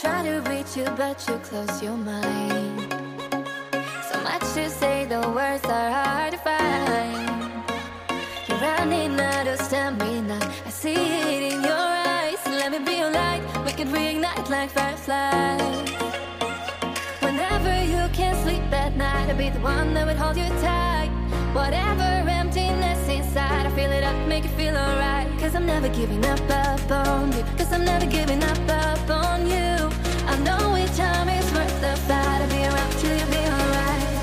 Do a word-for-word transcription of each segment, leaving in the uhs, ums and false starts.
try to reach you, but you close your mind. So much to say, the words are hard to find. You're running out of stamina, I see it in your eyes. Let me be your light, we can reignite like fireflies. Whenever you can't sleep at night, I'll be the one that would hold you tight. Whatever emptiness inside, I fill it up, make it feel alright. Cause I'm never giving up, up on you. Cause I'm never giving up, up on you. I know each time is worth the fight. I'll be around till you be alright.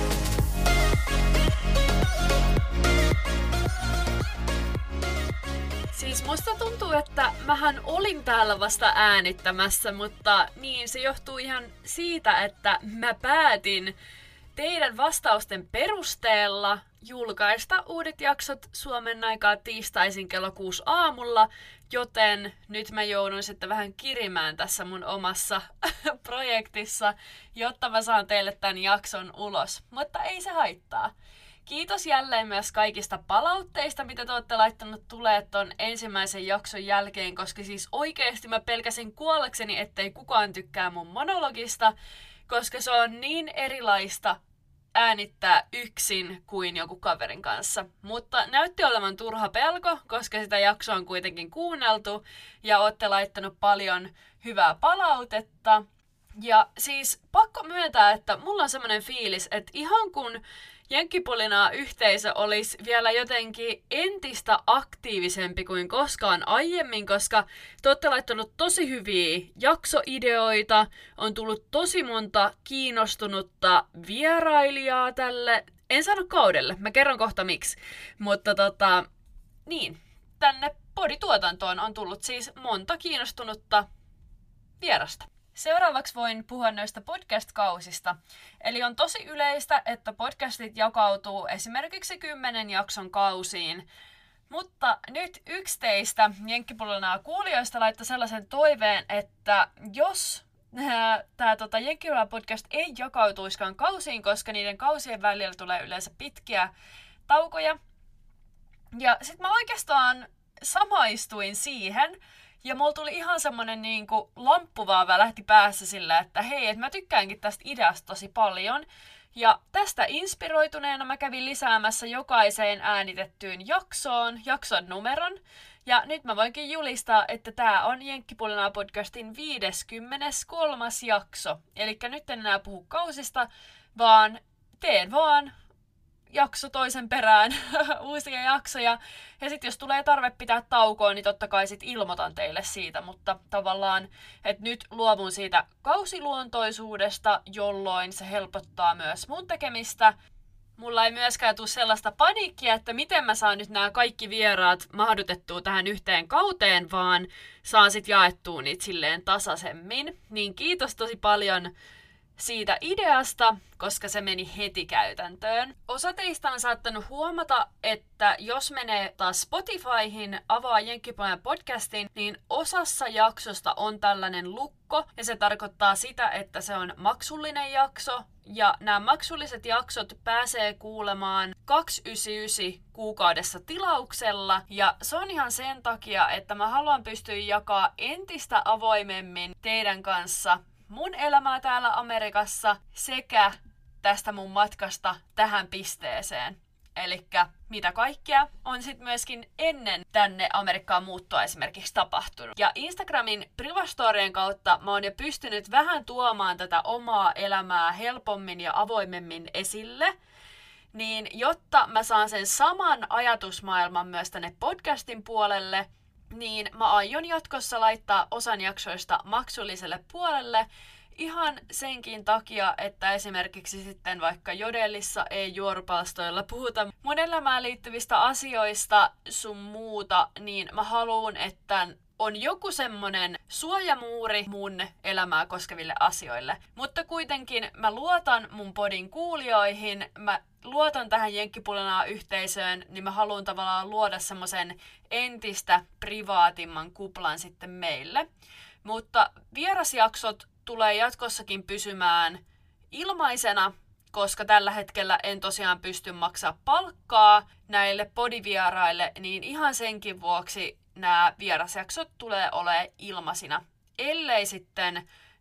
Siis musta tuntuu, että mähän olin täällä vasta äänittämässä, mutta niin se johtuu ihan siitä, että mä päätin teidän vastausten perusteella julkaista uudet jaksot Suomen aikaa tiistaisin kello kuusi aamulla, joten nyt mä joudun sitten vähän kirimään tässä mun omassa projektissa, jotta mä saan teille tämän jakson ulos, mutta ei se haittaa. Kiitos jälleen myös kaikista palautteista, mitä te olette laittanut tulee ton ensimmäisen jakson jälkeen, koska siis oikeesti mä pelkäsin kuollakseni, ettei kukaan tykkää mun monologista, koska se on niin erilaista äänittää yksin kuin joku kaverin kanssa. Mutta näytti olevan turha pelko, koska sitä jaksoa on kuitenkin kuunneltu ja olette laittanut paljon hyvää palautetta. Ja siis pakko myöntää, että mulla on semmoinen fiilis, että ihan kun Jenkkipulinaa yhteisö olisi vielä jotenkin entistä aktiivisempi kuin koskaan aiemmin, koska te olette laittanut tosi hyviä jaksoideoita, on tullut tosi monta kiinnostunutta vierailijaa tälle, en sano kaudelle, mä kerron kohta miksi, mutta tota, niin, tänne podituotantoon on tullut siis monta kiinnostunutta vierasta. Seuraavaksi voin puhua noista podcast-kausista. Eli on tosi yleistä, että podcastit jakautuu esimerkiksi kymmenen jakson kausiin. Mutta nyt yksi teistä Jenkkipulinaa kuulijoista laittoi sellaisen toiveen, että jos tämä tota, Jenkkipulinaa podcast ei jakautuiskaan kausiin, koska niiden kausien välillä tulee yleensä pitkiä taukoja. Ja sit mä oikeastaan samaistuin siihen. Ja mulla tuli ihan semmonen niinku lamppu vaan lähti päässä sillä, että hei, että mä tykkäänkin tästä ideasta tosi paljon. Ja tästä inspiroituneena mä kävin lisäämässä jokaiseen äänitettyyn jaksoon, jakson numeron. Ja nyt mä voinkin julistaa, että tää on Jenkkipulinaa podcastin viideskymmeneskolmas jakso. Elikkä nyt en enää puhu kausista, vaan teen vaan jakso toisen perään uusia jaksoja. Ja sitten jos tulee tarve pitää taukoa, niin totta kai sit ilmoitan teille siitä. Mutta tavallaan, että nyt luovun siitä kausiluontoisuudesta, jolloin se helpottaa myös mun tekemistä. Mulla ei myöskään tule sellaista paniikkia, että miten mä saan nyt nämä kaikki vieraat mahdutettua tähän yhteen kauteen, vaan saan sit jaettua niitä silleen tasaisemmin. Niin kiitos tosi paljon siitä ideasta, koska se meni heti käytäntöön. Osa teistä on saattanut huomata, että jos menee taas Spotifyhin, avaa Jenkkipulinaa podcastin, niin osassa jaksosta on tällainen lukko, ja se tarkoittaa sitä, että se on maksullinen jakso, ja nämä maksulliset jaksot pääsee kuulemaan kaksisataayhdeksänkymmentäyhdeksän kuukaudessa tilauksella, ja se on ihan sen takia, että mä haluan pystyä jakaa entistä avoimemmin teidän kanssa mun elämää täällä Amerikassa sekä tästä mun matkasta tähän pisteeseen. Elikkä mitä kaikkea on sitten myöskin ennen tänne Amerikkaan muuttoa esimerkiksi tapahtunut. Ja Instagramin privastorien kautta mä oon jo pystynyt vähän tuomaan tätä omaa elämää helpommin ja avoimemmin esille. Niin jotta mä saan sen saman ajatusmaailman myös tänne podcastin puolelle, niin mä aion jatkossa laittaa osan jaksoista maksulliselle puolelle ihan senkin takia, että esimerkiksi sitten vaikka Jodellissa ei juorupalstoilla puhuta mun elämään liittyvistä asioista sun muuta, niin mä haluun, että on joku semmonen suojamuuri mun elämää koskeville asioille. Mutta kuitenkin mä luotan mun podin kuulijoihin, mä luotan tähän Jenkkipulinaa yhteisöön, niin mä haluan tavallaan luoda semmoisen entistä privaatimman kuplan sitten meille. Mutta vierasjaksot tulee jatkossakin pysymään ilmaisena, koska tällä hetkellä en tosiaan pysty maksaa palkkaa näille podivieraille, niin ihan senkin vuoksi nämä vierasjaksot tulee olemaan ilmaisina. Ellei sitten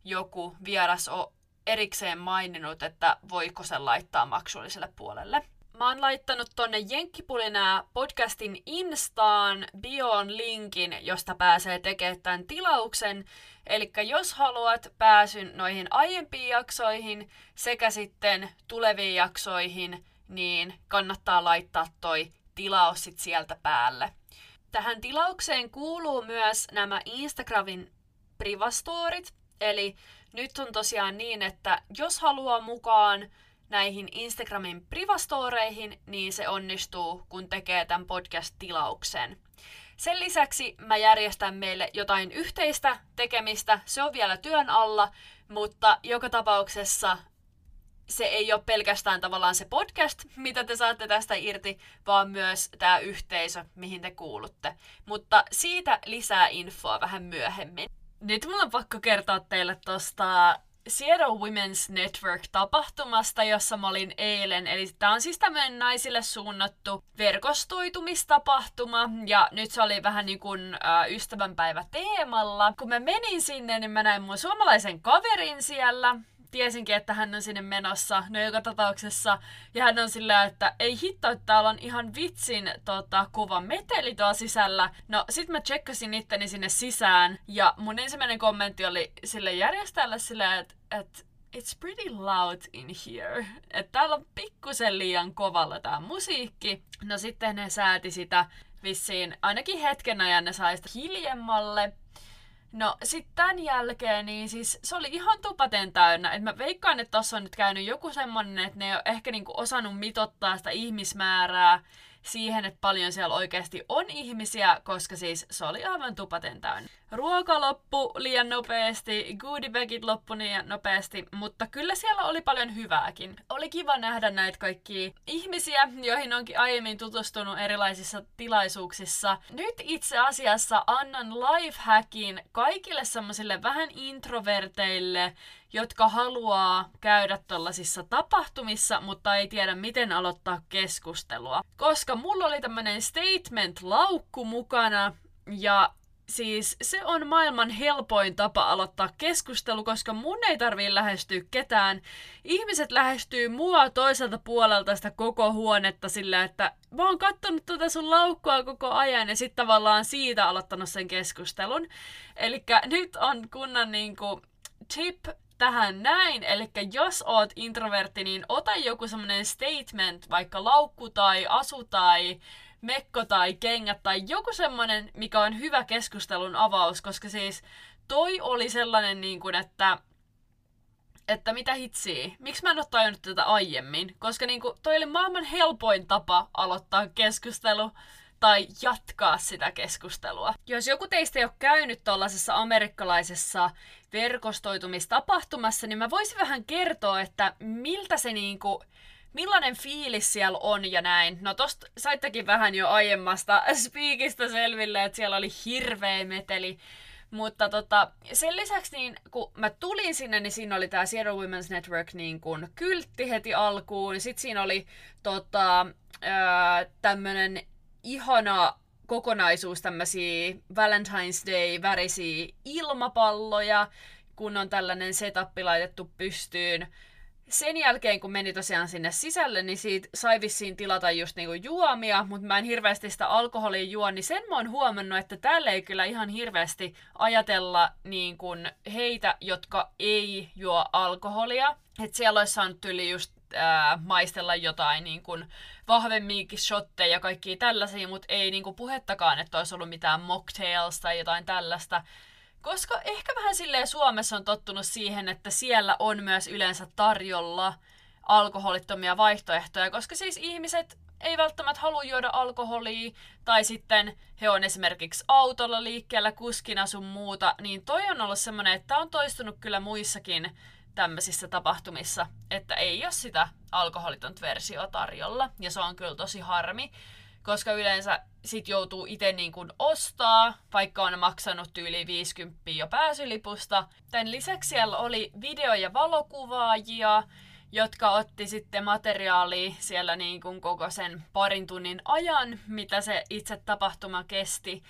joku vieras ole erikseen maininnut, että voiko sen laittaa maksulliselle puolelle. Mä oon laittanut tonne Jenkkipulinää podcastin Instaan bioon linkin, josta pääsee tekemään tämän tilauksen. Eli jos haluat pääsyn noihin aiempiin jaksoihin sekä sitten tuleviin jaksoihin, niin kannattaa laittaa toi tilaus sit sieltä päälle. Tähän tilaukseen kuuluu myös nämä Instagramin privastorit. Eli nyt on tosiaan niin, että jos haluaa mukaan näihin Instagramin privastoreihin, niin se onnistuu, kun tekee tämän podcast-tilauksen. Sen lisäksi mä järjestän meille jotain yhteistä tekemistä, se on vielä työn alla, mutta joka tapauksessa se ei ole pelkästään tavallaan se podcast, mitä te saatte tästä irti, vaan myös tämä yhteisö, mihin te kuulutte. Mutta siitä lisää infoa vähän myöhemmin. Nyt mulla on pakko kertoa teille tosta Seattle Women's Network-tapahtumasta, jossa mä olin eilen. Eli tää on siis tämmönen naisille suunnattu verkostoitumistapahtuma, ja nyt se oli vähän niin kuin äh, ystävänpäivä teemalla. Kun mä menin sinne, niin mä näin mun suomalaisen kaverin siellä. Tiesinkin, että hän on sinne menossa, no joka tapauksessa. Ja hän on sillä, että ei hitto, että täällä on ihan vitsin tota, kova meteli tuolla sisällä. No sit mä tsekkasin itteni sinne sisään. Ja mun ensimmäinen kommentti oli sille järjestäjälle sillä, että et, it's pretty loud in here. Että täällä on pikkusen liian kovalla tää musiikki. No sitten ne sääti sitä vissiin ainakin hetken ajan ne sai sitä hiljemmalle. No sit tän jälkeen, niin siis se oli ihan tupaten täynnä. Et mä veikkaan, että tossa on nyt käynyt joku semmonen, että ne ei ole ehkä niinku osannut mitottaa sitä ihmismäärää siihen, että paljon siellä oikeasti on ihmisiä, koska siis se oli aivan tupaten täynnä. Ruoka loppu liian nopeasti, goodiebagit loppu liian nopeasti, mutta kyllä siellä oli paljon hyvääkin. Oli kiva nähdä näitä kaikkia ihmisiä, joihin onkin aiemmin tutustunut erilaisissa tilaisuuksissa. Nyt itse asiassa annan lifehackin kaikille semmoisille vähän introverteille, jotka haluaa käydä tollasissa tapahtumissa, mutta ei tiedä miten aloittaa keskustelua. Koska mulla oli tämmönen statement-laukku mukana, ja siis se on maailman helpoin tapa aloittaa keskustelu, koska mun ei tarvii lähestyä ketään. Ihmiset lähestyy mua toiselta puolelta sitä koko huonetta sillä, että mä oon kattonut tuota sun laukkua koko ajan ja sit tavallaan siitä aloittanut sen keskustelun. Elikkä nyt on kunnan niinku tip tähän näin, eli jos oot introvertti, niin ota joku semmonen statement, vaikka laukku tai asu tai mekko tai kengät tai joku semmonen, mikä on hyvä keskustelun avaus, koska siis toi oli sellainen niin kuin, että että mitä hitsiä, miksi mä en oo tajunnut tätä aiemmin, koska niin kuin, toi oli maailman helpoin tapa aloittaa keskustelu tai jatkaa sitä keskustelua. Jos joku teistä ei ole käynyt tuollaisessa amerikkalaisessa verkostoitumistapahtumassa, niin mä voisin vähän kertoa, että miltä se niinku, millainen fiilis siellä on ja näin. No tosta saittekin vähän jo aiemmasta speakista selville, että siellä oli hirveä meteli. Mutta tota, sen lisäksi, niin, kun mä tulin sinne, niin siinä oli tää Seattle Women's Network niin kun kyltti heti alkuun. Sitten siinä oli tota, ää, tämmönen ihana kokonaisuus, tämmösiä Valentine's Day-värisiä ilmapalloja, kun on tällainen setappi laitettu pystyyn. Sen jälkeen, kun meni tosiaan sinne sisälle, niin siitä sai vissiin tilata just niinku juomia, mutta mä en hirveästi sitä alkoholia juo, niin sen mä oon huomannut, että täällä ei kyllä ihan hirveästi ajatella niin kuin heitä, jotka ei juo alkoholia. Että siellä olisi saanut tyyli just ää, maistella jotain niin kuin vahvemminkin shotteja ja kaikkia tällaisia, mutta ei niin kuin puhettakaan, että olisi ollut mitään mocktails tai jotain tällaista. Koska ehkä vähän silleen Suomessa on tottunut siihen, että siellä on myös yleensä tarjolla alkoholittomia vaihtoehtoja, koska siis ihmiset ei välttämättä halua juoda alkoholia, tai sitten he on esimerkiksi autolla liikkeellä kuskina sun muuta, niin toi on ollut semmoinen, että on toistunut kyllä muissakin tämmöisissä tapahtumissa, että ei ole sitä alkoholitonta versiota tarjolla, ja se on kyllä tosi harmi, koska yleensä sit joutuu itse niin kuin ostaa, vaikka on maksanut yli viisikymmentä jo pääsylipusta. Tän lisäksi siellä oli video- ja valokuvaajia, jotka otti sitten materiaalia siellä niin kuin koko sen parin tunnin ajan, mitä se itse tapahtuma kesti.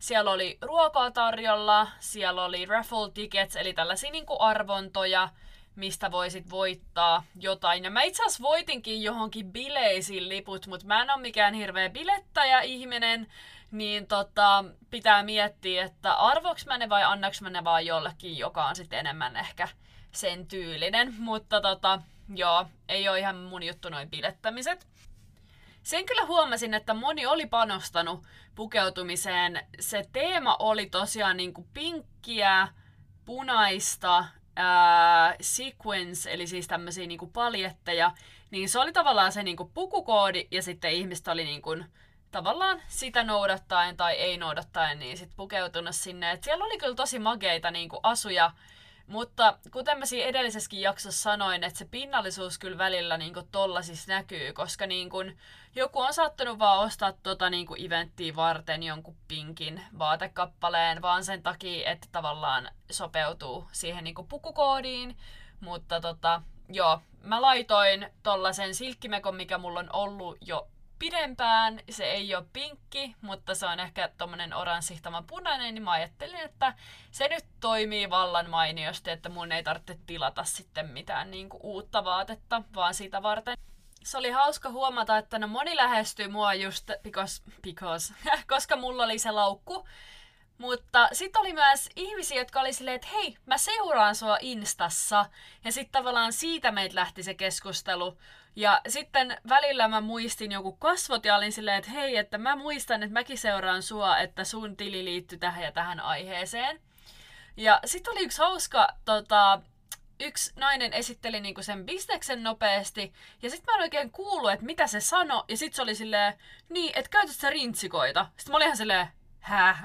Siellä oli ruokaa tarjolla, siellä oli raffle tickets, eli tällaisia niin kuin arvontoja, mistä voisit voittaa jotain. Ja mä itse asiassa voitinkin johonkin bileisiin liput, mutta mä en ole mikään hirveä bilettäjä-ihminen, niin tota, pitää miettiä, että arvoks mä ne vai annaks mä ne vaan jollekin, joka on sitten enemmän ehkä sen tyylinen. Mutta tota, joo, ei ole ihan mun juttu noin bilettämiset. Sen kyllä huomasin, että moni oli panostanut pukeutumiseen. Se teema oli tosiaan niinku pinkkiä, punaista, ää, sequins, eli siis tämmöisiä niinku paljetteja. Niin se oli tavallaan se niinku pukukoodi, ja sitten ihmiset oli niinku tavallaan sitä noudattaen tai ei noudattaen, niin sit pukeutunut sinne. Et siellä oli kyllä tosi mageita niinku asuja, mutta kuten mä siinä edellisessäkin jaksossa sanoin, että se pinnallisuus kyllä välillä niinku tolla siis näkyy, koska niinku joku on saattanut vaan ostaa tota niinku eventtiä varten jonkun pinkin vaatekappaleen, vaan sen takia, että tavallaan sopeutuu siihen niinku pukukoodiin. Mutta tota, joo, mä laitoin tollasen silkkimekon, mikä mulla on ollut jo pidempään. Se ei ole pinkki, mutta se on ehkä tommonen oranssihtama punainen, niin mä ajattelin, että se nyt toimii vallan mainiosti, että mun ei tarvitse tilata sitten mitään niinku uutta vaatetta, vaan sitä varten. Se oli hauska huomata, että no moni lähestyi mua just because, because koska mulla oli se laukku. Mutta sitten oli myös ihmisiä, jotka oli silleen, että hei, mä seuraan sua Instassa. Ja sitten tavallaan siitä meitä lähti se keskustelu. Ja sitten välillä mä muistin joku kasvot ja olin silleen, että hei, että mä muistan, että mäkin seuraan sua, että sun tili liittyy tähän ja tähän aiheeseen. Ja sitten oli yksi hauska, tota, yksi nainen esitteli niinku sen bisneksen nopeasti. Ja sitten mä en oikein kuullut, että mitä se sanoi. Ja sitten se oli silleen, niin, että käytät sä rintsikoita. Sitten mä olin ihan silleen, häh?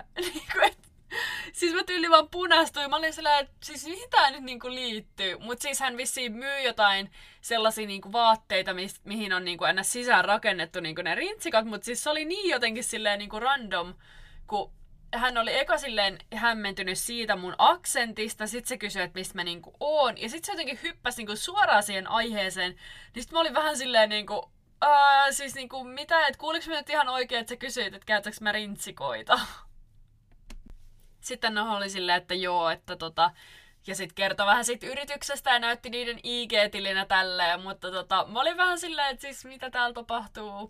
Siis mä tyyli vaan punastuin. Mä olin sellainen, että siis mihin tää nyt niinku liittyy? Mut siis hän vissiin myy jotain sellaisia niinku vaatteita, mi- mihin on niinku ennä sisään rakennettu niinku ne rintsikat. Mut siis se oli niin jotenkin silleen niinku random, kun hän oli eka silleen hämmentynyt siitä mun aksentista. Sit se kysyi, että mistä mä niinku oon. Ja sit se jotenkin hyppäsi niinku suoraan siihen aiheeseen. Niin sit mä olin vähän silleen niinku, ää, siis niinku mitä, et kuuliks mä nyt ihan oikein, että sä kysyit, että käytäks mä rintsikoita? Sitten Noho oli silleen, että joo, että tota, ja sit kertoi vähän siitä yrityksestä ja näytti niiden I G-tilinä tälleen, mutta tota, mä olin vähän silleen, että siis mitä täällä tapahtuu.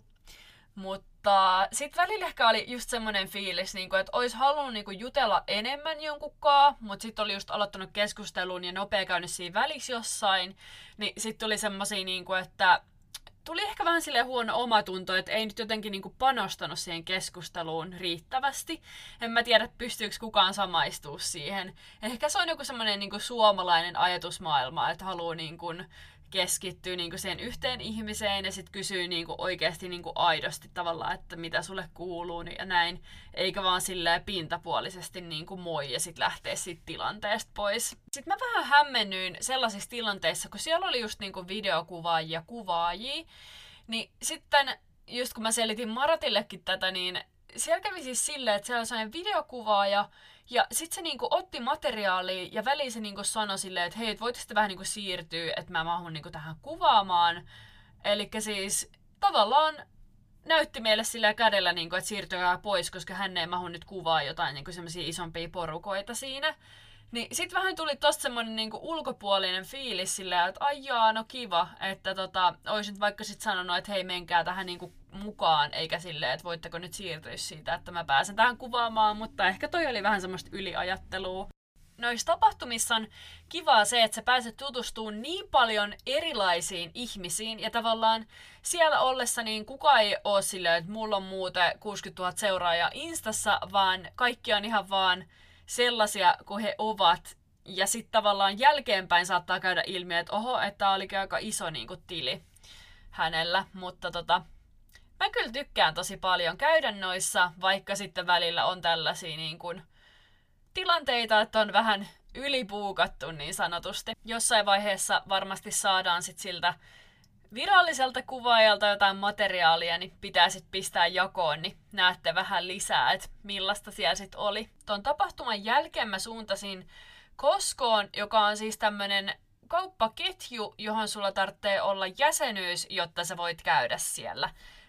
Mutta sit välillä ehkä oli just semmonen fiilis, niinku, että ois halunnut niinku jutella enemmän jonkunkaan, mutta sit oli just aloittanut keskustelun ja nopea käynyt siinä välissä jossain, niin sit tuli semmosia niinku, että tuli ehkä vähän silleen huono omatunto, että ei nyt jotenkin niinku panostanut siihen keskusteluun riittävästi. En mä tiedä, pystyykö kukaan samaistua siihen. Ehkä se on joku semmoinen niinku suomalainen ajatusmaailma, että haluaa niinku keskittyä niinku siihen yhteen ihmiseen ja sitten kysyy niinku oikeasti niinku aidosti tavallaan, että mitä sulle kuuluu ja näin. Eikä vaan silleen pintapuolisesti niinku moi ja sitten lähtee siitä tilanteesta pois. Sitten mä vähän hämmennyin sellaisissa tilanteissa, kun siellä oli just niinku videokuvaajia, kuvaajia, niin sitten just kun mä selitin Maratillekin tätä, niin siellä kävi siis silleen, että siellä on sellainen videokuvaaja, ja sit se niinku otti materiaalia ja väliin se niinku sanoi silleen, että hei, et voitte vähän niinku siirtyä, että mä mahun niinku tähän kuvaamaan. Elikkä siis tavallaan näytti meille sillä kädellä, niinku, että siirtykää pois, koska hän ei mahu nyt kuvaa jotain niinku semmosia isompia porukoita siinä. Niin sit vähän tuli tosta semmonen niinku ulkopuolinen fiilis silleen, että ai jaa, no kiva, että tota, oisin vaikka sit sanonut, että hei, menkää tähän niinku mukaan, eikä silleen, että voitteko nyt siirtyä siitä, että mä pääsen tähän kuvaamaan, mutta ehkä toi oli vähän semmoista yliajattelua. Noissa tapahtumissa on kivaa se, että sä pääset tutustumaan niin paljon erilaisiin ihmisiin, ja tavallaan siellä ollessa niin kukaan ei oo silleen, että mulla on muuten kuusikymmentätuhatta seuraajaa Instassa, vaan kaikki on ihan vaan sellaisia kuin he ovat. Ja sitten tavallaan jälkeenpäin saattaa käydä ilmi, että oho, että tää olikin aika iso niin kuin tili hänellä. Mutta tota, mä kyllä tykkään tosi paljon käydä noissa, vaikka sitten välillä on tällaisia niin kuin tilanteita, että on vähän ylipuukattu niin sanotusti. Jossain vaiheessa varmasti saadaan sit siltä viralliselta kuvaajalta jotain materiaalia, niin pitää sitten pistää jakoon, niin näette vähän lisää, että millaista siellä sitten oli. Tuon tapahtuman jälkeen mä suuntasin Costcoon, joka on siis tämmönen kauppaketju, johon sulla tarvitsee olla jäsenyys, jotta sä voit käydä siellä.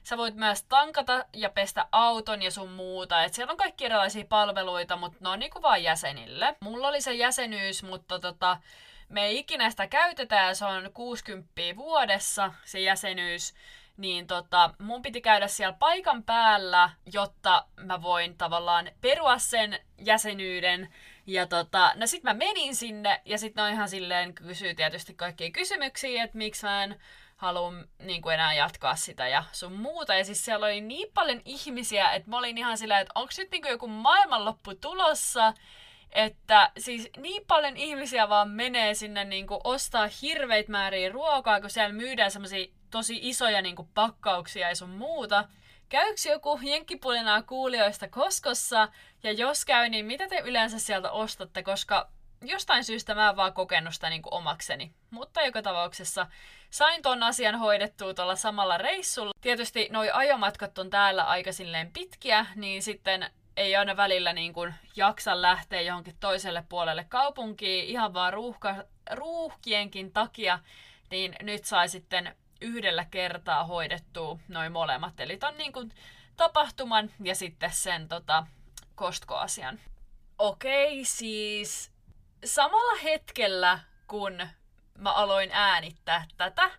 sä voit myös tankata ja pestä auton ja sun muuta. Et siellä on kaikki erilaisia palveluita, mutta ne on niinku vaan jäsenille. Mulla oli se jäsenyys, mutta tota, me ei ikinä sitä käytetä, se on kuusikymmentä vuodessa se jäsenyys. Niin tota, mun piti käydä siellä paikan päällä, jotta mä voin tavallaan perua sen jäsenyyden. Ja tota, no sit mä menin sinne ja sit ne on ihan silleen kysyy tietysti kaikkia kysymyksiä, että miksi mä en halua niin kuin enää jatkaa sitä ja sun muuta. Ja siis siellä oli niin paljon ihmisiä, että mä olin ihan silleen, että onko nyt niin kuin joku maailmanloppu tulossa. Että siis niin paljon ihmisiä vaan menee sinne niin kuin ostaa hirveitä määriä ruokaa, kun siellä myydään semmosia tosi isoja niin kuin pakkauksia ja sun muuta. Käyks joku jenkkipulinaa kuulijoista Costcossa? Ja jos käy, niin mitä te yleensä sieltä ostatte? Koska jostain syystä mä en vaan kokenut sitä niin kuin omakseni. Mutta joka tapauksessa sain ton asian hoidettua tuolla samalla reissulla. Tietysti noi ajomatkat on täällä aika silleen pitkiä, niin sitten ei aina välillä niin kuin jaksa lähteä johonkin toiselle puolelle kaupunkiin ihan vaan ruuhka, ruuhkienkin takia, niin nyt sai sitten yhdellä kertaa hoidettua noin molemmat. Eli ton niin kuin tapahtuman ja sitten sen tota, Costco-asian. Okei, siis samalla hetkellä, kun mä aloin äänittää tätä,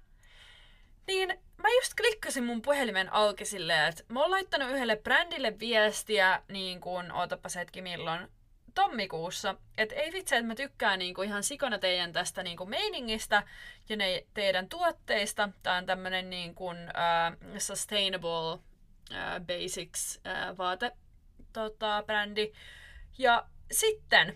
niin mä just klikkasin mun puhelimen auki silleen, että mä oon laittanut yhdelle brändille viestiä, niin kuin, ootapas hetki milloin, tammikuussa, että ei vitsi, että mä tykkään niin kuin ihan sikona teidän tästä niin kuin meiningistä ja ne teidän tuotteista. Tää on tämmönen niin kuin uh, sustainable uh, basics uh, vaate tota, brändi. Ja sitten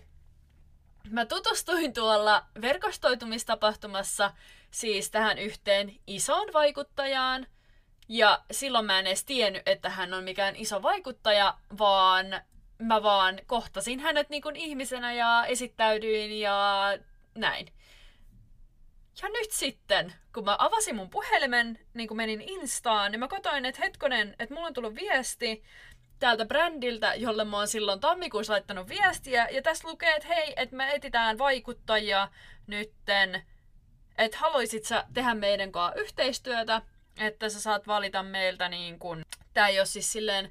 mä tutustuin tuolla verkostoitumistapahtumassa siis tähän yhteen isoon vaikuttajaan. Ja silloin mä en edes tiennyt, että hän on mikään iso vaikuttaja, vaan mä vaan kohtasin hänet niin kuin ihmisenä ja esittäydyin ja näin. Ja nyt sitten, kun mä avasin mun puhelimen, niin kun menin Instaan, niin mä katsoin, että hetkonen, että mulla on tullut viesti täältä brändiltä, jolle mä oon silloin tammikuussa laittanut viestiä. Ja tässä lukee, että hei, että me etsitään vaikuttajia nytten, että haluisit sä tehdä meidän kanssa yhteistyötä, että sä saat valita meiltä niin kun, tää ei ole siis silleen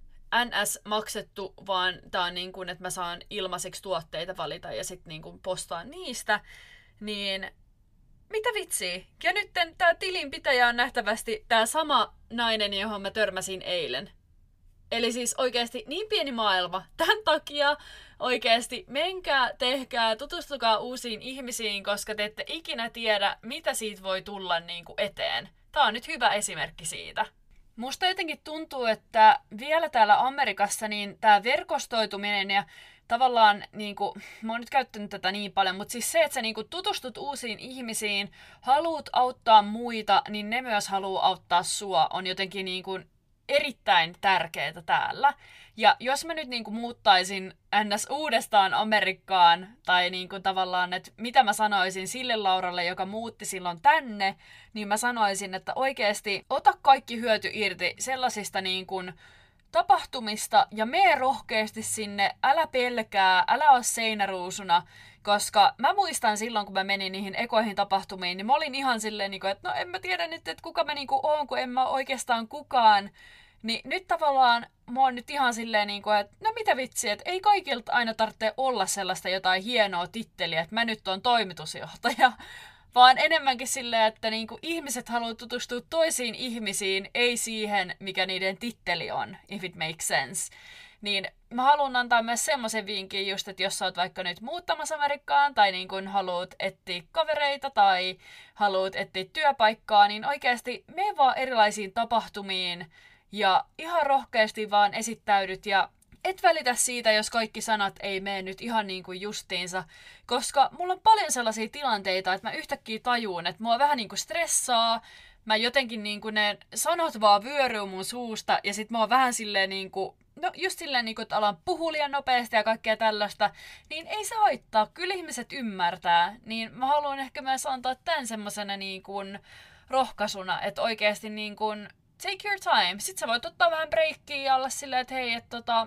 N S maksettu, vaan tää on niin kun, että mä saan ilmaiseksi tuotteita valita ja sit niin kun postaan niistä, niin mitä vitsiä? Ja nyt tää tilinpitäjä on nähtävästi tää sama nainen, johon mä törmäsin eilen. Eli siis oikeasti niin pieni maailma. Tämän takia oikeasti menkää, tehkää, tutustukaa uusiin ihmisiin, koska te ette ikinä tiedä, mitä siitä voi tulla niin kuin eteen. Tää on nyt hyvä esimerkki siitä. Musta jotenkin tuntuu, että vielä täällä Amerikassa niin tää verkostoituminen ja tavallaan, niin kuin, mä oon nyt käyttänyt tätä niin paljon, mutta siis se, että sä niin kuin tutustut uusiin ihmisiin, haluut auttaa muita, niin ne myös haluaa auttaa sua, on jotenkin niin kuin erittäin tärkeää täällä. Ja jos mä nyt niinku muuttaisin ns. Uudestaan Amerikkaan, tai niinku tavallaan, että mitä mä sanoisin sille Lauralle, joka muutti silloin tänne, niin mä sanoisin, että oikeasti ota kaikki hyöty irti sellaisista niinku tapahtumista ja mee rohkeasti sinne, älä pelkää, älä ole seinäruusuna, koska mä muistan silloin, kun mä menin niihin ekoihin tapahtumiin, niin mä olin ihan silleen, että no en mä tiedä nyt, että kuka mä niinku oon, kun en mä oikeastaan kukaan. Niin nyt tavallaan mä oon nyt ihan silleen, että no mitä vitsiä, että ei kaikilta aina tarvitse olla sellaista jotain hienoa titteliä, että mä nyt oon toimitusjohtaja, vaan enemmänkin silleen, että niinku ihmiset haluaa tutustua toisiin ihmisiin, ei siihen, mikä niiden titteli on, if it makes sense. Niin mä haluan antaa myös semmoisen vinkin just, että jos sä oot vaikka nyt muuttamassa Amerikkaan tai niin kun haluat etsiä kavereita tai haluat etsiä työpaikkaa, niin oikeasti mene vaan erilaisiin tapahtumiin ja ihan rohkeasti vaan esittäydyt ja et välitä siitä, jos kaikki sanat ei mene nyt ihan niin kuin justiinsa, koska mulla on paljon sellaisia tilanteita, että mä yhtäkkiä tajuun, että mua vähän niin kuin stressaa, mä jotenkin niin kuin ne sanat vaan vyöryy mun suusta ja sit mä oon vähän silleen niin kuin no just silleen, niin kuin, että alan puhua liian nopeasti ja kaikkea tällaista, niin ei se haittaa. Kyllä ihmiset ymmärtää. Niin mä haluan ehkä myös antaa tämän semmosena niin kuin rohkaisuna, että oikeasti niin kuin take your time. Sitten sä voit ottaa vähän breikkiä ja olla silleen, että hei, että tota,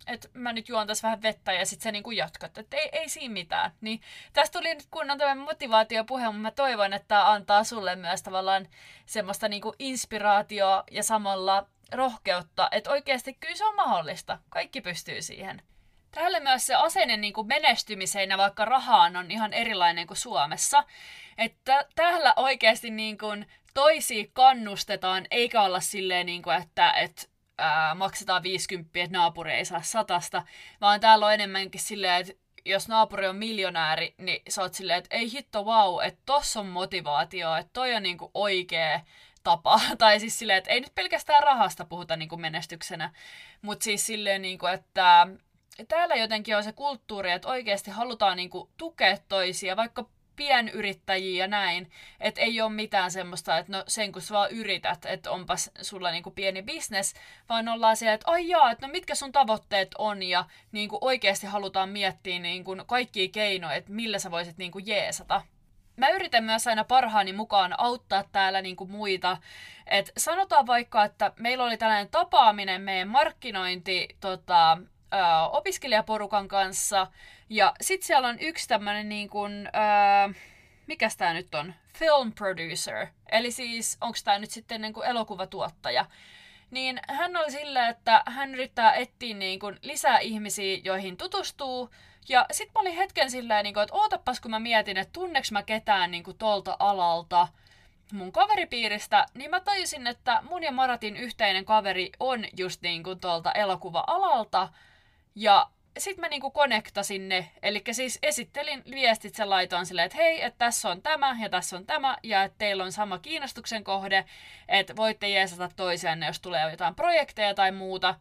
että mä nyt juon tässä vähän vettä ja sitten sä niinku jatkat, että ei, ei siinä mitään. Niin tästä tuli nyt kunnon tämmöinen motivaatiopuhe, mutta mä toivon, että tämä antaa sulle myös tavallaan semmoista niinku inspiraatioa ja samalla rohkeutta, että oikeasti kyllä se on mahdollista. Kaikki pystyy siihen. Täällä myös se asenne niin kuin menestymiseen ja vaikka rahaan on ihan erilainen kuin Suomessa. Että täällä oikeasti niin kuin toisia kannustetaan, eikä olla silleen, niin kuin, että, että ää, maksetaan viisikymmentä, että naapuri ei saa satasta. Vaan täällä on enemmänkin silleen, että jos naapuri on miljonääri, niin sä oot silleen, että ei hitto vau, että tossa on motivaatio, että toi on niin kuin oikea tapa. Tai siis silleen, että ei nyt pelkästään rahasta puhuta niin kuin menestyksenä, mutta siis silleen, niin kuin, että täällä jotenkin on se kulttuuri, että oikeasti halutaan niinku tukea toisia, vaikka pienyrittäjiä ja näin. Että ei ole mitään semmoista, että no sen kun sä vaan yrität, että onpas sulla niinku pieni business, vaan ollaan siellä, että ai jaa, että no mitkä sun tavoitteet on ja niinku oikeasti halutaan miettiä niinku kaikkia keinoja, että millä sä voisit niinku jeesata. Mä yritän myös aina parhaani mukaan auttaa täällä niinku muita. Et sanotaan vaikka, että meillä oli tällainen tapaaminen meidän markkinointi tota, Ö, opiskelijaporukan kanssa. Ja sit siellä on yksi tämmönen niin kuin, ö, mikäs tää nyt on? Film producer. Eli siis, onks tää nyt sitten niin kuin elokuvatuottaja? Niin hän oli silleen, että hän yrittää etsiä niin kuin lisää ihmisiä, joihin tutustuu. Ja sit mä olin hetken silleen, niin kuin, että ootapas kun mä mietin, että tunneks mä ketään niin kuin tolta alalta mun kaveripiiristä, niin mä tajusin, että mun ja Maratin yhteinen kaveri on just niin kuin tuolta elokuva-alalta. Ja sit mä niinku konektasin ne, eli siis esittelin viestit, sen laitoin silleen, että hei, että tässä on tämä ja tässä on tämä, ja että teillä on sama kiinnostuksen kohde, että voitte jeesata toisianne, jos tulee jotain projekteja tai muuta.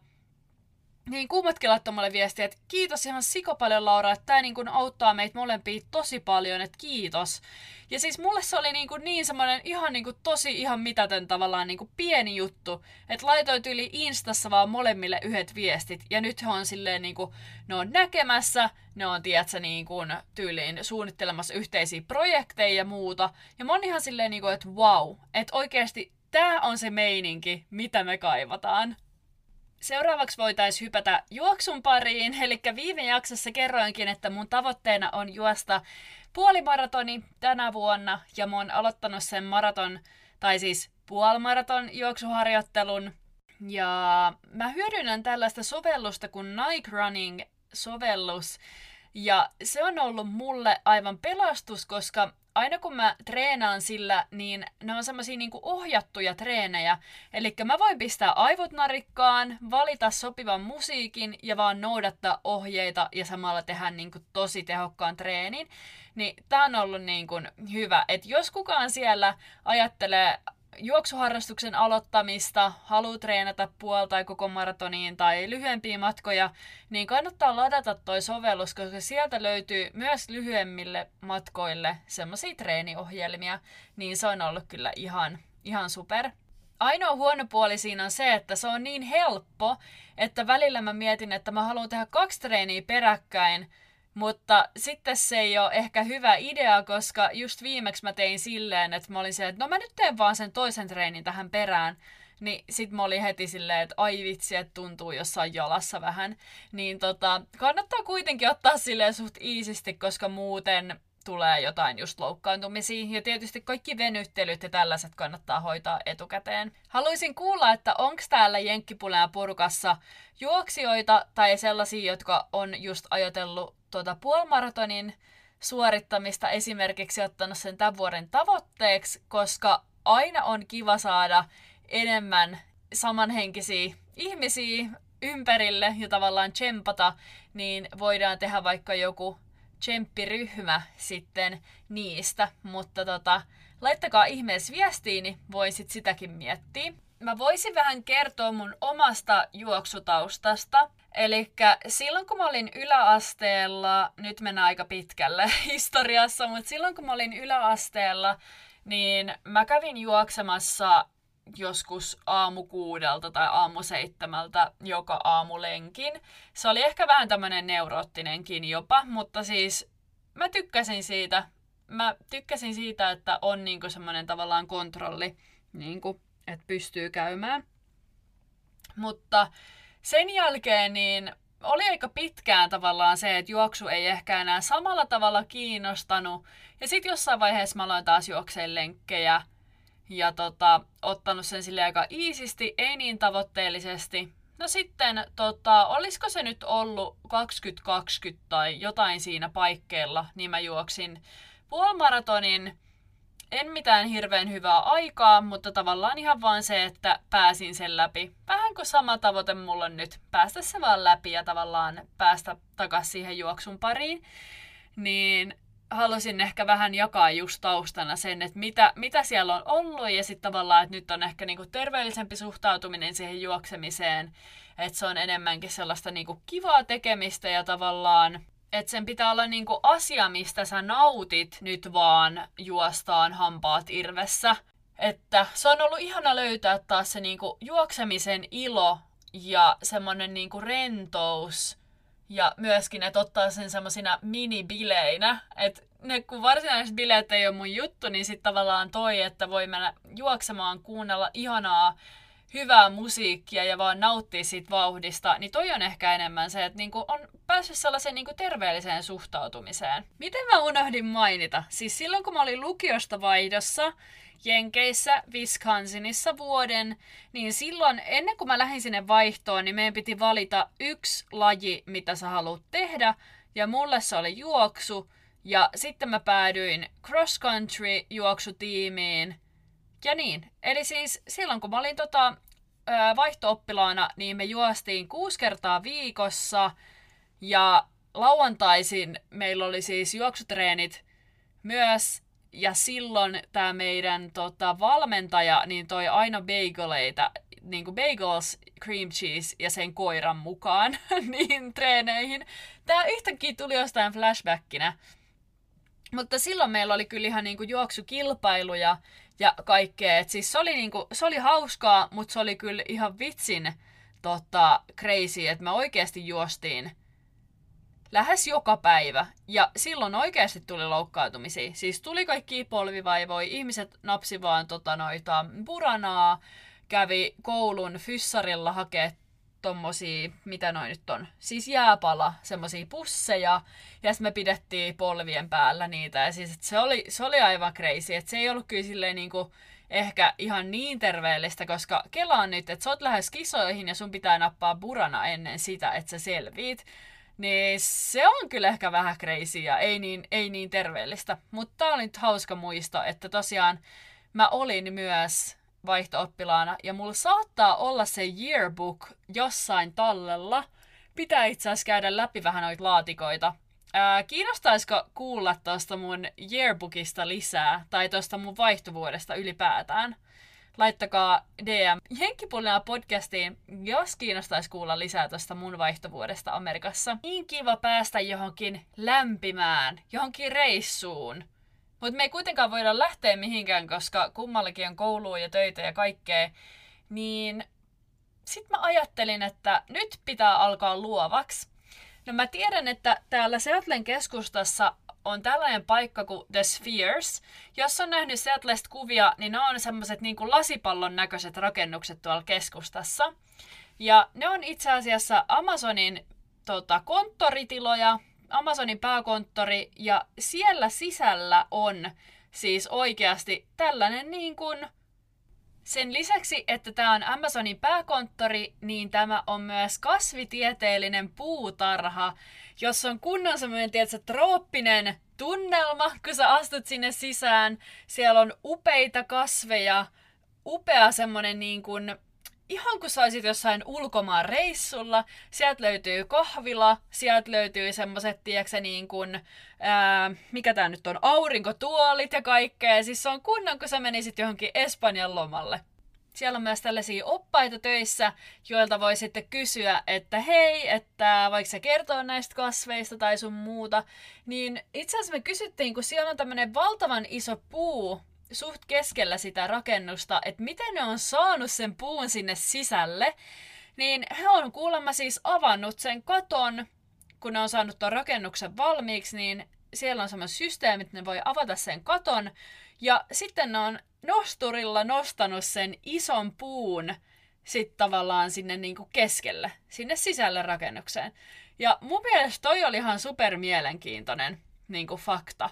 Niin kummatkin laittoi mulle viestiä, että kiitos ihan siko paljon Laura, että tää niin kuin auttaa meitä molempia tosi paljon, että kiitos. Ja siis mulle se oli niin, kuin niin semmoinen ihan niin kuin tosi ihan mitätön tavallaan niin kuin pieni juttu, että laitoit yli Instassa vaan molemmille yhdet viestit ja nyt he on silleen niin kuin, ne on näkemässä, ne on tiedätkö niin kuin tyyliin suunnittelemassa yhteisiä projekteja ja muuta. Ja mä oon ihan silleen niin kuin, että wow, että oikeasti tää on se meininki, mitä me kaivataan. Seuraavaksi voitaisiin hypätä juoksun pariin, eli viime jaksossa kerroinkin, että mun tavoitteena on juosta puolimaratoni tänä vuonna, ja mä oon aloittanut sen maraton, tai siis puolimaraton juoksuharjoittelun, ja mä hyödynnän tällaista sovellusta kuin Nike Running-sovellus, ja se on ollut mulle aivan pelastus, koska aina kun mä treenaan sillä, niin ne on semmosia niinku ohjattuja treenejä. Eli mä voin pistää aivot narikkaan, valita sopivan musiikin ja vaan noudattaa ohjeita ja samalla tehdä niinku tosi tehokkaan treenin. Niin tää on ollut niinku hyvä. Et jos kukaan siellä ajattelee juoksuharrastuksen aloittamista, haluaa treenata puol- tai koko maratoniin tai lyhyempiä matkoja, niin kannattaa ladata toi sovellus, koska sieltä löytyy myös lyhyemmille matkoille semmosia treeniohjelmia, niin se on ollut kyllä ihan, ihan super. Ainoa huono puoli siinä on se, että se on niin helppo, että välillä mä mietin, että mä haluan tehdä kaksi treeniä peräkkäin, mutta sitten se ei ole ehkä hyvä idea, koska just viimeksi mä tein silleen, että mä olin silleen, että no mä nyt teen vaan sen toisen treenin tähän perään. Niin sit mä olin heti silleen, että ai vitsi, että tuntuu jossain jalassa vähän. Niin tota, kannattaa kuitenkin ottaa silleen suht iisisti, koska muuten tulee jotain just loukkaantumisia. Ja tietysti kaikki venyttelyt ja tällaiset kannattaa hoitaa etukäteen. Haluaisin kuulla, että onko täällä Jenkkipuleen porukassa juoksijoita tai sellaisia, jotka on just ajatellut tuota puolimaratonin suorittamista esimerkiksi ottanut sen tämän vuoden tavoitteeksi, koska aina on kiva saada enemmän samanhenkisiä ihmisiä ympärille ja tavallaan tsempata, niin voidaan tehdä vaikka joku tsemppiryhmä sitten niistä, mutta tota, laittakaa ihmeessä viestiin, niin voin sit sitäkin miettiä. Mä voisin vähän kertoa mun omasta juoksutaustasta. Eli silloin kun mä olin yläasteella, nyt mennään aika pitkälle historiassa, mutta silloin kun mä olin yläasteella, niin mä kävin juoksemassa joskus aamu kuudelta tai aamu seitsemältä joka aamulenkin. Se oli ehkä vähän tämmönen neuroottinenkin jopa, mutta siis mä tykkäsin siitä. Mä tykkäsin siitä, että on niinku semmoinen tavallaan kontrolli, niinku, että pystyy käymään. Mutta sen jälkeen niin oli aika pitkään tavallaan se, että juoksu ei ehkä enää samalla tavalla kiinnostanut. Ja sitten jossain vaiheessa mä aloin taas juokseen lenkkejä ja tota, ottanut sen sille aika iisisti, ei niin tavoitteellisesti. No sitten, tota, olisiko se nyt ollut kaksituhattakaksikymmentä tai jotain siinä paikkeilla, niin mä juoksin puolimaratonin. En mitään hirveän hyvää aikaa, mutta tavallaan ihan vaan se, että pääsin sen läpi. Vähän kuin sama tavoite mulla on nyt, päästä se vaan läpi ja tavallaan päästä takaisin siihen juoksun pariin. Niin halusin ehkä vähän jakaa just taustana sen, että mitä, mitä siellä on ollut ja sitten tavallaan, että nyt on ehkä niinku terveellisempi suhtautuminen siihen juoksemiseen. Että se on enemmänkin sellaista niinku kivaa tekemistä ja tavallaan että sen pitää olla niinku asia, mistä sä nautit nyt vaan juostaan hampaat irvessä. Että se on ollut ihana löytää taas se niinku juoksemisen ilo ja semmonen niinku rentous. Ja myöskin, että ottaa sen semmosina minibileinä. Että ne kun varsinaiset bileet ei ole mun juttu, niin sit tavallaan toi, että voi mennä juoksemaan, kuunnella ihanaa hyvää musiikkia ja vaan nauttia siitä vauhdista, niin toi on ehkä enemmän se, että niinku on päässyt sellaiseen niinku terveelliseen suhtautumiseen. Miten mä unohdin mainita? Siis silloin kun mä olin lukiosta vaihdossa Jenkeissä, Wisconsinissa vuoden, niin silloin ennen kuin mä lähdin sinne vaihtoon, niin meidän piti valita yksi laji, mitä sä haluat tehdä, ja mulle se oli juoksu, ja sitten mä päädyin cross country juoksutiimiin. Ja niin, eli siis silloin kun mä olin tota, vaihto-oppilaana, niin me juostiin kuusi kertaa viikossa ja lauantaisin meillä oli siis juoksutreenit myös ja silloin tämä meidän tota, valmentaja niin toi aina bageleita, niin kuin bagels, cream cheese ja sen koiran mukaan niihin treeneihin. Tää yhtäkkiä tuli jostain flashbackinä. Mutta silloin meillä oli kyllä ihan niinku juoksukilpailuja ja kaikkea. Et siis se oli, niinku, se oli hauskaa, mutta se oli kyllä ihan vitsin tota, crazy, että me oikeasti juostiin lähes joka päivä. Ja silloin oikeasti tuli loukkaantumisia. Siis tuli kaikki polvivaivoja, ihmiset napsi vaan tota, noita buranaa, kävi koulun fyssarilla hakea tommosia, mitä noin nyt on, siis jääpala, semmosia pusseja, ja sitten me pidettiin polvien päällä niitä, ja siis se oli, se oli aivan crazy, että se ei ollut kyllä silleen niinku ehkä ihan niin terveellistä, koska kelaan nyt, että sä oot lähes kisoihin ja sun pitää nappaa burana ennen sitä, että sä selviit, niin se on kyllä ehkä vähän crazy ja ei niin, ei niin terveellistä, mutta tää oli nyt hauska muisto, että tosiaan mä olin myös vaihto-oppilaana, ja mulla saattaa olla se yearbook jossain tallella. Pitää itse asiassa käydä läpi vähän noita laatikoita. Ää, kiinnostaisiko kuulla tuosta mun yearbookista lisää, tai tuosta mun vaihtovuodesta ylipäätään? Laittakaa D M Jenkkipuolella podcastiin, jos kiinnostaisi kuulla lisää tuosta mun vaihtovuodesta Amerikassa. Niin kiva päästä johonkin lämpimään, johonkin reissuun. Mutta me ei kuitenkaan voida lähteä mihinkään, koska kummallakin on koulua ja töitä ja kaikkea. Niin sit mä ajattelin, että nyt pitää alkaa luovaksi. No mä tiedän, että täällä Seattlen keskustassa on tällainen paikka kuin The Spheres. Jos on nähnyt Seattlesta kuvia, niin ne on semmoset niinku lasipallon näköiset rakennukset tuolla keskustassa. Ja ne on itse asiassa Amazonin tota, konttoritiloja, Amazonin pääkonttori, ja siellä sisällä on siis oikeasti tällainen niin kuin, sen lisäksi, että tämä on Amazonin pääkonttori, niin tämä on myös kasvitieteellinen puutarha, jossa on kunnon semmoinen, tiedätkö, trooppinen tunnelma, kun sä astut sinne sisään. Siellä on upeita kasveja, upea semmoinen niin kuin, ihan kun sä olisit jossain ulkomaan reissulla, sieltä löytyy kahvila, sieltä löytyy semmoset, tiedätkö, niin kuin, ää, mikä tää nyt on, aurinkotuolit ja kaikkea. Siis se on kunnon, kun sä menisit johonkin Espanjan lomalle. Siellä on myös tällaisia oppaita töissä, joilta voi sitten kysyä, että hei, että voiko sä kertoa näistä kasveista tai sun muuta. Niin itse asiassa me kysyttiin, kun siellä on tämmönen valtavan iso puu, suht keskellä sitä rakennusta, että miten ne on saanut sen puun sinne sisälle, niin he on kuulemma siis avannut sen katon, kun ne on saanut tuon rakennuksen valmiiksi, niin siellä on semmoinen systeemi, että ne voi avata sen katon, ja sitten ne on nosturilla nostanut sen ison puun sit tavallaan sinne niinku keskelle, sinne sisälle rakennukseen. Ja mun mielestä toi oli ihan super mielenkiintoinen niinku fakta.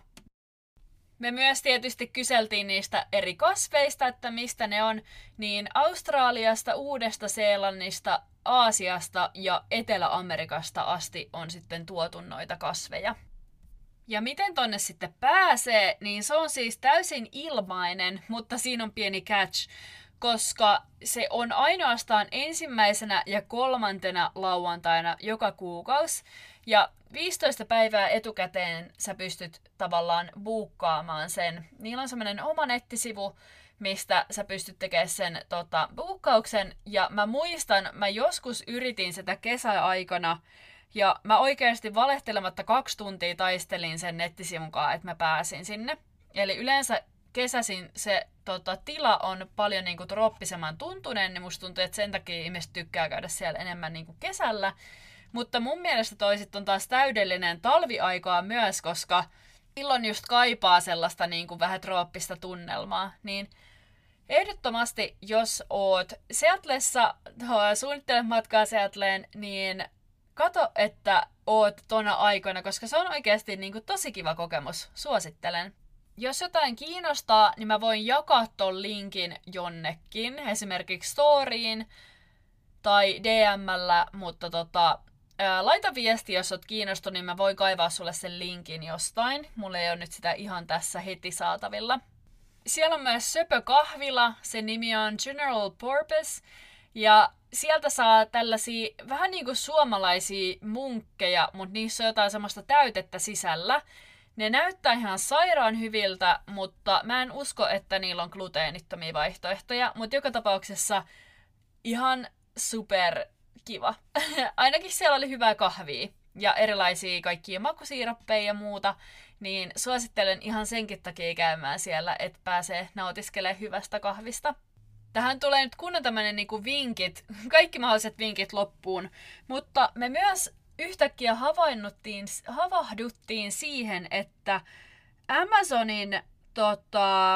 Me myös tietysti kyseltiin niistä eri kasveista, että mistä ne on, niin Australiasta, Uudesta-Seelannista, Aasiasta ja Etelä-Amerikasta asti on sitten tuotu noita kasveja. Ja miten tonne sitten pääsee, niin se on siis täysin ilmainen, mutta siinä on pieni catch, koska se on ainoastaan ensimmäisenä ja kolmantena lauantaina joka kuukausi. Ja viisitoista päivää etukäteen sä pystyt tavallaan buukkaamaan sen. Niillä on semmoinen oma nettisivu, mistä sä pystyt tekemään sen tota, buukkauksen. Ja mä muistan, mä joskus yritin sitä kesäaikana, ja mä oikeasti valehtelematta kaksi tuntia taistelin sen nettisivun kanssa, että mä pääsin sinne. Eli yleensä kesäisin se tota, tila on paljon niinku trooppisemman tuntunen, niin musta tuntuu, että sen takia ihmiset tykkää käydä siellä enemmän niinku kesällä. Mutta mun mielestä toi sit on taas täydellinen talviaikaa myös, koska silloin just kaipaa sellaista niinku vähän trooppista tunnelmaa. Niin ehdottomasti, jos oot Seattlessa, suunnittelet matkaa Seattleen, niin kato, että oot tona aikana, koska se on oikeasti niinku tosi kiva kokemus. Suosittelen. Jos jotain kiinnostaa, niin mä voin jakaa ton linkin jonnekin, esimerkiksi storyin tai D M:llä, mutta tota, ää, laita viesti, jos oot kiinnostunut, niin mä voin kaivaa sulle sen linkin jostain. Mulla ei ole nyt sitä ihan tässä heti saatavilla. Siellä on myös söpökahvila, sen nimi on General Purpose, ja sieltä saa tällaisia vähän niin kuin suomalaisia munkkeja, mutta niissä on jotain semmoista täytettä sisällä. Ne näyttää ihan sairaan hyviltä, mutta mä en usko, että niillä on gluteenittomia vaihtoehtoja. Mutta joka tapauksessa ihan super kiva. Ainakin siellä oli hyvää kahvia ja erilaisia kaikkia makusiirappeja ja muuta. Niin suosittelen ihan senkin takia käymään siellä, että pääsee nautiskelemaan hyvästä kahvista. Tähän tulee nyt kunnon tämmönen niinku vinkit, kaikki mahdolliset vinkit loppuun. Mutta me myös yhtäkkiä havainnuttiin, havahduttiin siihen, että Amazonin tota,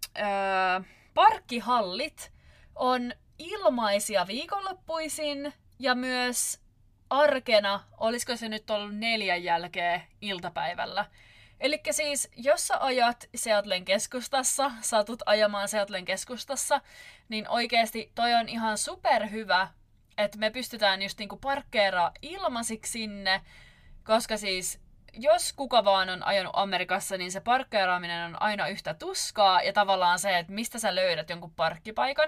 ää, parkkihallit on ilmaisia viikonloppuisin ja myös arkena, olisiko se nyt ollut neljän jälkeen iltapäivällä. Elikkä siis, jos sä ajat Seattlen keskustassa, satut ajamaan Seattlen keskustassa, niin oikeesti toi on ihan superhyvä, että me pystytään just niinku parkkeeraa ilmaisiksi sinne, koska siis jos kuka vaan on ajanut Amerikassa, niin se parkkeeraaminen on aina yhtä tuskaa ja tavallaan se, että mistä sä löydät jonkun parkkipaikan.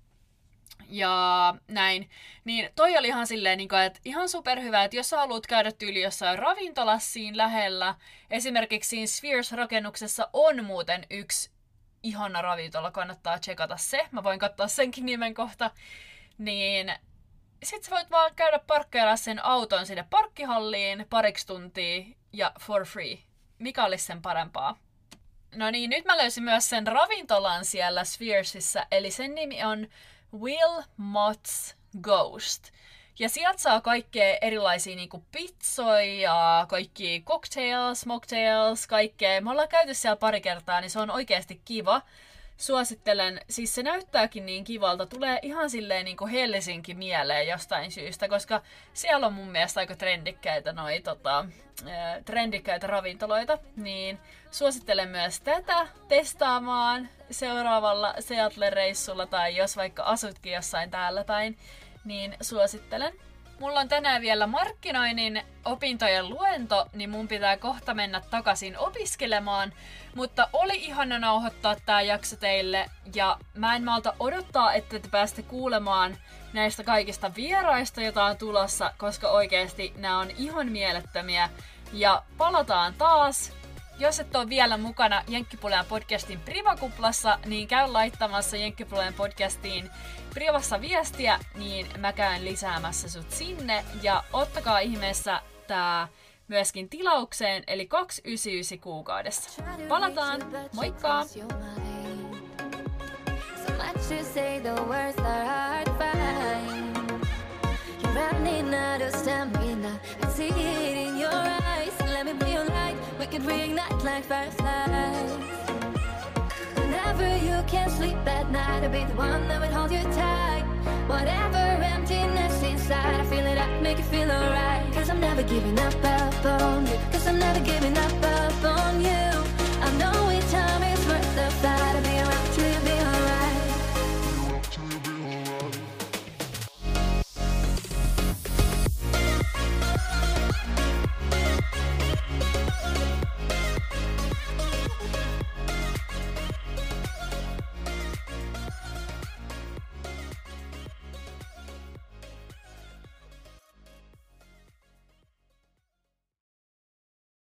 Ja näin. Niin toi oli ihan silleen, että ihan superhyvä, että jos sä haluat käydä tyyli jossain ravintolassa siinä lähellä, esimerkiksi siinä Spheres-rakennuksessa on muuten yksi ihana ravintola, kannattaa tsekata se, mä voin katsoa senkin nimen kohta, niin sit sä voit vaan käydä parkkeeraa sen auton sinne parkkihalliin pariksi tuntia ja for free. Mikä olisi sen parempaa? No niin, nyt mä löysin myös sen ravintolan siellä Spheresissa, eli sen nimi on Will Mott's Ghost. Ja sieltä saa kaikkea erilaisia niinku pizzoja, kaikki cocktails, mocktails, kaikkea. Me ollaan käyty siellä pari kertaa, niin se on oikeasti kiva. Suosittelen, siis se näyttääkin niin kivalta, tulee ihan silleen niin kuin Helsinki mieleen jostain syystä, koska siellä on mun mielestä aika trendikkäitä noi, tota, ää, trendikkäitä ravintoloita, niin suosittelen myös tätä testaamaan seuraavalla Seattle-reissulla, tai jos vaikka asutkin jossain täällä päin, niin suosittelen. Mulla on tänään vielä markkinoinnin opintojen luento, niin mun pitää kohta mennä takaisin opiskelemaan. Mutta oli ihana nauhoittaa tää jakso teille, ja mä en malta odottaa, että te pääste kuulemaan näistä kaikista vieraista, joita on tulossa, koska oikeesti nämä on ihan mielettömiä. Ja palataan taas. Jos et ole vielä mukana Jenkkipuleen podcastin Privakuplassa, niin käy laittamassa Jenkkipuleen podcastiin Privassa viestiä, niin mä käyn lisäämässä sut sinne. Ja ottakaa ihmeessä tää myöskin tilaukseen, eli kaksi yhdeksänkymmentäyhdeksän kuukaudessa. Palataan! Moikka! We can reignite like fireflies. Whenever you can't sleep at night, I'll be the one that would hold you tight. Whatever emptiness inside, I feel it up, make it feel alright. Cause I'm never giving up, up on you. Cause I'm never giving up, up on you.